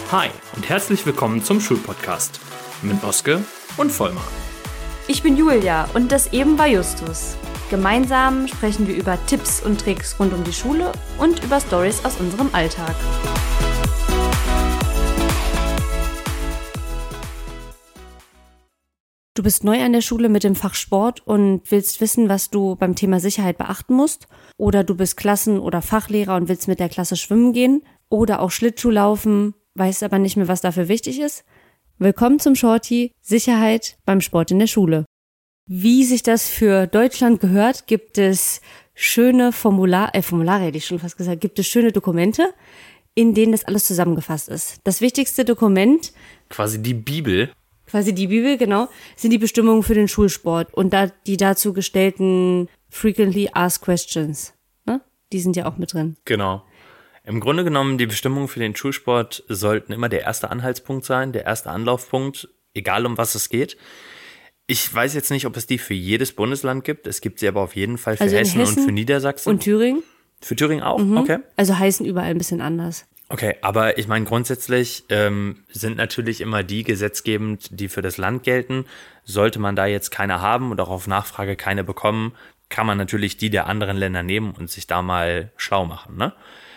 Hi und herzlich willkommen zum Schulpodcast mit Oske und Vollmar. Ich bin Julia und das eben war Justus. Gemeinsam sprechen wir über Tipps und Tricks rund um die Schule und über Storys aus unserem Alltag. Du bist neu an der Schule mit dem Fach Sport und willst wissen, was du beim Thema Sicherheit beachten musst. Oder du bist Klassen- oder Fachlehrer und willst mit der Klasse schwimmen gehen. Oder auch Schlittschuh laufen, weißt aber nicht mehr, was dafür wichtig ist. Willkommen zum Shorty Sicherheit beim Sport in der Schule. Wie sich das für Deutschland gehört, gibt es schöne Formulare hätte ich schon fast gesagt, gibt es schöne Dokumente, in denen das alles zusammengefasst ist. Das wichtigste Dokument, Quasi die Bibel, genau, sind die Bestimmungen für den Schulsport und die dazu gestellten Frequently Asked Questions. Ne? Die sind ja auch mit drin. genau. Im Grunde genommen, die Bestimmungen für den Schulsport sollten immer der erste Anhaltspunkt sein, der erste Anlaufpunkt, egal um was es geht. Ich weiß jetzt nicht, ob es die für jedes Bundesland gibt. Es gibt sie aber auf jeden Fall für Also in Hessen und für Niedersachsen. Und Thüringen? Für Thüringen auch? Okay. Also heißen überall ein bisschen anders. Okay, aber ich meine, grundsätzlich sind natürlich immer die gesetzgebend, die für das Land gelten. Sollte man da jetzt keine haben und auch auf Nachfrage keine bekommen, kann man natürlich die der anderen Länder nehmen und sich da mal schlau machen, ne?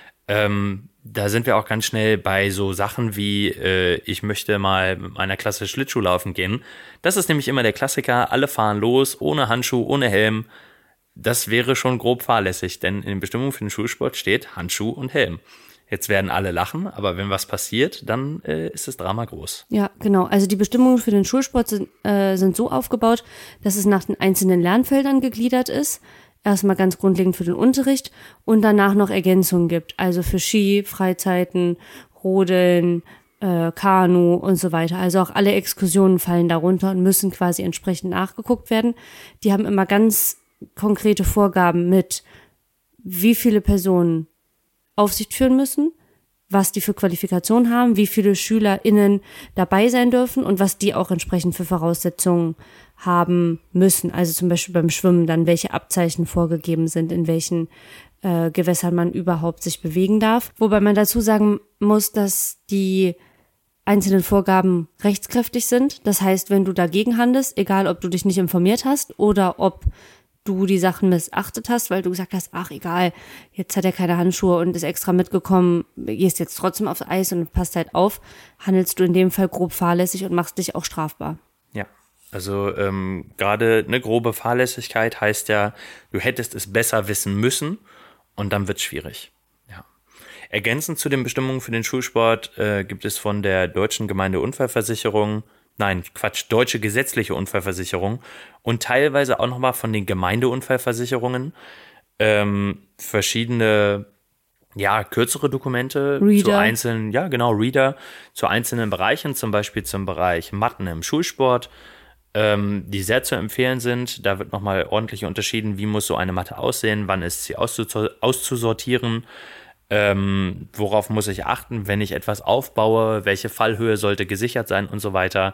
Da sind wir auch ganz schnell bei so Sachen wie, ich möchte mal mit meiner Klasse Schlittschuh laufen gehen. Das ist nämlich immer der Klassiker, alle fahren los, ohne Handschuh, ohne Helm. Das wäre schon grob fahrlässig, denn in den Bestimmungen für den Schulsport steht Handschuh und Helm. Jetzt werden alle lachen, aber wenn was passiert, dann ist das Drama groß. Ja, genau. Also die Bestimmungen für den Schulsport sind so aufgebaut, dass es nach den einzelnen Lernfeldern gegliedert ist. Erstmal ganz grundlegend für den Unterricht und danach noch Ergänzungen gibt. Also für Ski, Freizeiten, Rodeln, Kanu und so weiter. Also auch alle Exkursionen fallen darunter und müssen quasi entsprechend nachgeguckt werden. Die haben immer ganz konkrete Vorgaben mit, wie viele Personen Aufsicht führen müssen, was die für Qualifikationen haben, wie viele SchülerInnen dabei sein dürfen und was die auch entsprechend für Voraussetzungen haben müssen. Also zum Beispiel beim Schwimmen dann, welche Abzeichen vorgegeben sind, in welchen Gewässern man überhaupt sich bewegen darf. Wobei man dazu sagen muss, dass die einzelnen Vorgaben rechtskräftig sind. Das heißt, wenn du dagegen handelst, egal ob du dich nicht informiert hast oder ob du die Sachen missachtet hast, weil du gesagt hast, ach egal, jetzt hat er keine Handschuhe und ist extra mitgekommen, gehst jetzt trotzdem aufs Eis und passt halt auf, handelst du in dem Fall grob fahrlässig und machst dich auch strafbar. Ja, also gerade eine grobe Fahrlässigkeit heißt ja, du hättest es besser wissen müssen und dann wird's schwierig. Ja. Ergänzend zu den Bestimmungen für den Schulsport gibt es von der Deutschen Gemeindeunfallversicherung Deutsche gesetzliche Unfallversicherung und teilweise auch nochmal von den Gemeindeunfallversicherungen verschiedene, kürzere Dokumente zu einzelnen, Reader zu einzelnen Bereichen, zum Beispiel zum Bereich Matten im Schulsport, die sehr zu empfehlen sind. Da wird nochmal ordentlich unterschieden, wie muss so eine Matte aussehen, wann ist sie auszusortieren, worauf muss ich achten, wenn ich etwas aufbaue, welche Fallhöhe sollte gesichert sein und so weiter.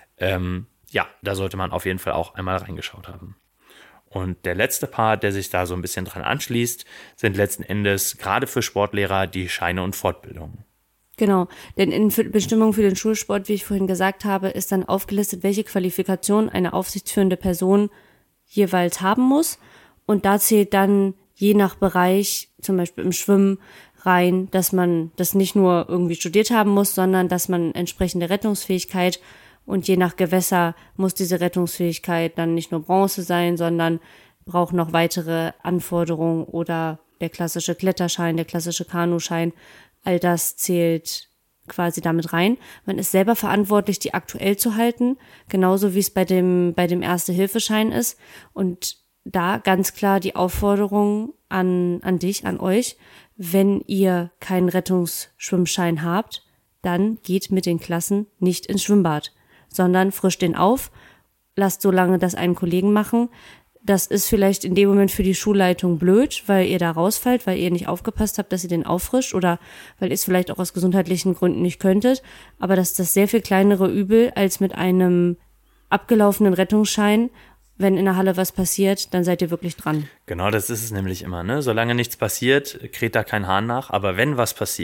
Da sollte man auf jeden Fall auch einmal reingeschaut haben. Und der letzte Part, der sich da so ein bisschen dran anschließt, sind letzten Endes gerade für Sportlehrer die Scheine und Fortbildungen. Genau, denn in Bestimmungen für den Schulsport, wie ich vorhin gesagt habe, ist dann aufgelistet, welche Qualifikation eine aufsichtsführende Person jeweils haben muss. Und da zählt dann je nach Bereich, zum Beispiel im Schwimmen, rein, dass man das nicht nur irgendwie studiert haben muss, sondern dass man entsprechende Rettungsfähigkeit und je nach Gewässer muss diese Rettungsfähigkeit dann nicht nur Bronze sein, sondern braucht noch weitere Anforderungen oder der klassische Kletterschein, der klassische Kanuschein, all das zählt quasi damit rein. Man ist selber verantwortlich, die aktuell zu halten, genauso wie es bei dem Erste-Hilfe-Schein ist und da ganz klar die Aufforderung an dich, an euch, wenn ihr keinen Rettungsschwimmschein habt, dann geht mit den Klassen nicht ins Schwimmbad, sondern frischt den auf, lasst so lange das einen Kollegen machen. Das ist vielleicht in dem Moment für die Schulleitung blöd, weil ihr da rausfallt, weil ihr nicht aufgepasst habt, dass ihr den auffrischt oder weil ihr es vielleicht auch aus gesundheitlichen Gründen nicht könntet. Aber das ist das sehr viel kleinere Übel als mit einem abgelaufenen Rettungsschein. Wenn in der Halle was passiert, dann seid ihr wirklich dran. Genau, das ist es nämlich immer, ne? Solange nichts passiert, kräht da kein Hahn nach. Aber wenn was passiert,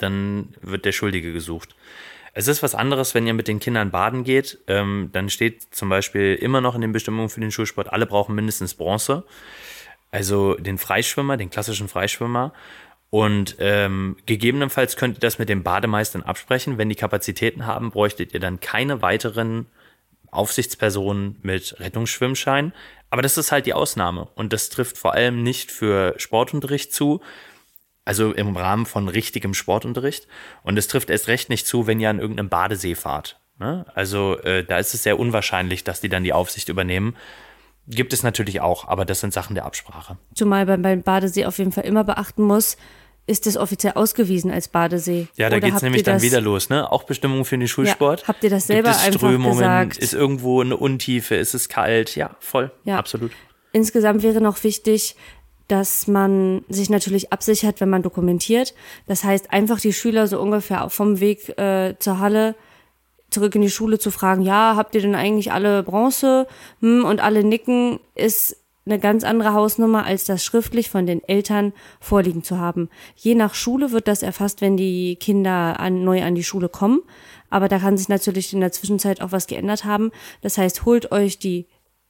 dann wird der Schuldige gesucht. Es ist was anderes, wenn ihr mit den Kindern baden geht, dann steht zum Beispiel immer noch in den Bestimmungen für den Schulsport, alle brauchen mindestens Bronze, also den Freischwimmer, den klassischen Freischwimmer. Und gegebenenfalls könnt ihr das mit dem Bademeistern absprechen. Wenn die Kapazitäten haben, bräuchtet ihr dann keine weiteren Aufsichtspersonen mit Rettungsschwimmschein. Aber das ist halt die Ausnahme. Und das trifft vor allem nicht für Sportunterricht zu, also im Rahmen von richtigem Sportunterricht. Und es trifft erst recht nicht zu, wenn ihr an irgendeinem Badesee fahrt. Ne? Also da ist es sehr unwahrscheinlich, dass die dann die Aufsicht übernehmen. Gibt es natürlich auch, aber das sind Sachen der Absprache. Zumal man beim Badesee auf jeden Fall immer beachten muss, ist es offiziell ausgewiesen als Badesee? Ja, da geht es nämlich dann wieder los, ne? Auch Bestimmungen für den Schulsport. Ja, habt ihr das selber Gibt es einfach Strömungen, gesagt? Ist irgendwo eine Untiefe, ist es kalt? Ja, voll, Ja. Absolut. Insgesamt wäre noch wichtig, dass man sich natürlich absichert, wenn man dokumentiert. Das heißt, einfach die Schüler so ungefähr vom Weg zur Halle zurück in die Schule zu fragen, ja, habt ihr denn eigentlich alle Bronze? Und alle nicken, ist eine ganz andere Hausnummer, als das schriftlich von den Eltern vorliegen zu haben. Je nach Schule wird das erfasst, wenn die Kinder neu an die Schule kommen. Aber da kann sich natürlich in der Zwischenzeit auch was geändert haben. Das heißt, holt euch die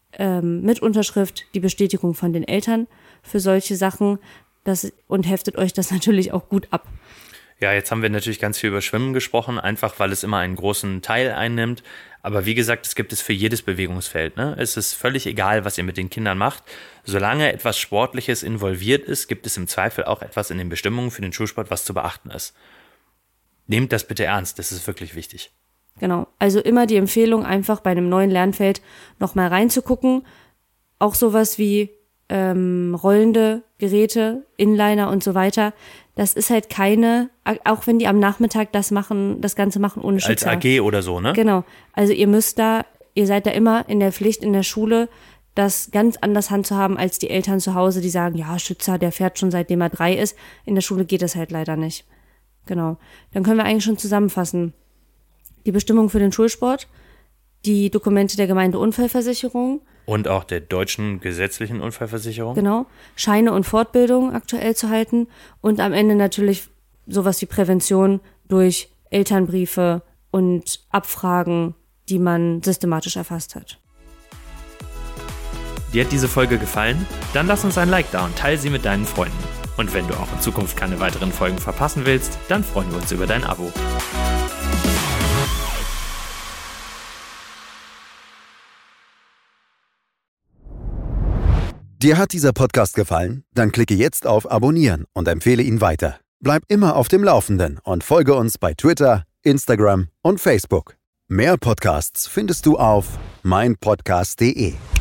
mit Unterschrift die Bestätigung von den Eltern für solche Sachen und heftet euch das natürlich auch gut ab. Ja, jetzt haben wir natürlich ganz viel über Schwimmen gesprochen, einfach weil es immer einen großen Teil einnimmt. Aber wie gesagt, es gibt es für jedes Bewegungsfeld. Ne? Es ist völlig egal, was ihr mit den Kindern macht. Solange etwas Sportliches involviert ist, gibt es im Zweifel auch etwas in den Bestimmungen für den Schulsport, was zu beachten ist. Nehmt das bitte ernst, das ist wirklich wichtig. Genau, also immer die Empfehlung, einfach bei einem neuen Lernfeld nochmal reinzugucken. Auch sowas wie rollende Geräte, Inliner und so weiter. Das ist halt keine, auch wenn die am Nachmittag das Ganze machen ohne Schützer. Als AG oder so, ne? Genau, also ihr seid da immer in der Pflicht in der Schule, das ganz anders handzuhaben als die Eltern zu Hause, die sagen, ja, Schützer, der fährt schon seitdem er 3 ist. In der Schule geht das halt leider nicht. Genau, dann können wir eigentlich schon zusammenfassen. Die Bestimmung für den Schulsport, die Dokumente der Gemeindeunfallversicherung. Und auch der deutschen gesetzlichen Unfallversicherung. Genau, Scheine und Fortbildung aktuell zu halten und am Ende natürlich sowas wie Prävention durch Elternbriefe und Abfragen, die man systematisch erfasst hat. Dir hat diese Folge gefallen? Dann lass uns ein Like da und teile sie mit deinen Freunden. Und wenn du auch in Zukunft keine weiteren Folgen verpassen willst, dann freuen wir uns über dein Abo. Dir hat dieser Podcast gefallen? Dann klicke jetzt auf Abonnieren und empfehle ihn weiter. Bleib immer auf dem Laufenden und folge uns bei Twitter, Instagram und Facebook. Mehr Podcasts findest du auf meinpodcast.de.